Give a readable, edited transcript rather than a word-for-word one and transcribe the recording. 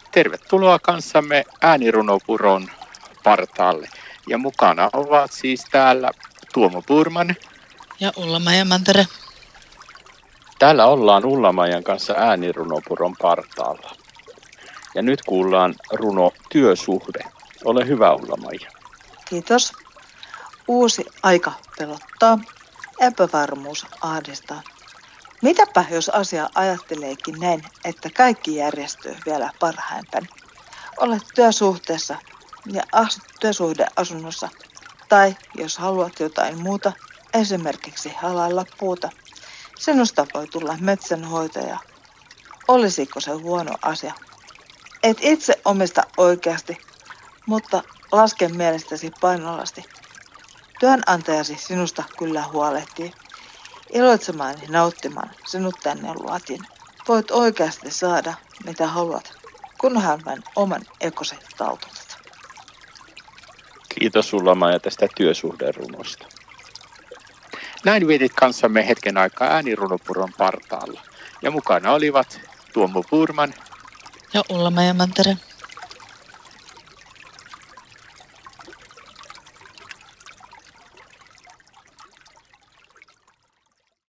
Tervetuloa kanssamme äänirunopuron partaalle. Ja mukana ovat siis täällä Tuomo Purman ja Ulla-Maija Mantere. Täällä ollaan Ulla-Maijan kanssa äänirunopuron partaalla. Ja nyt kuullaan runo Työsuhde. Ole hyvä, Ulla-Maija. Kiitos. Uusi aika pelottaa, epävarmuus ahdistaa. Mitäpä jos asia ajatteleekin näin, että kaikki järjestyy vielä parhaimpani? Olet työsuhteessa ja asut työsuhdeasunnossa. Tai jos haluat jotain muuta, esimerkiksi halailla puuta, sinusta voi tulla metsänhoitaja. Olisiko se huono asia? Et itse omista oikeasti, mutta laske mielestäsi painolasti. Työnantajasi sinusta kyllä huolehtii. Iloitsemaan ja nauttimaan sinut tänne luotiin. Voit oikeasti saada mitä haluat, kunhan vain oman ekosi taltutat. Kiitos Ulla-Maija tästä työsuhderunosta. Näin vietit kanssamme hetken aikaa äänirunopuron partaalla. Ja mukana olivat Tuomo Purman ja Ulla-Maija Mantere.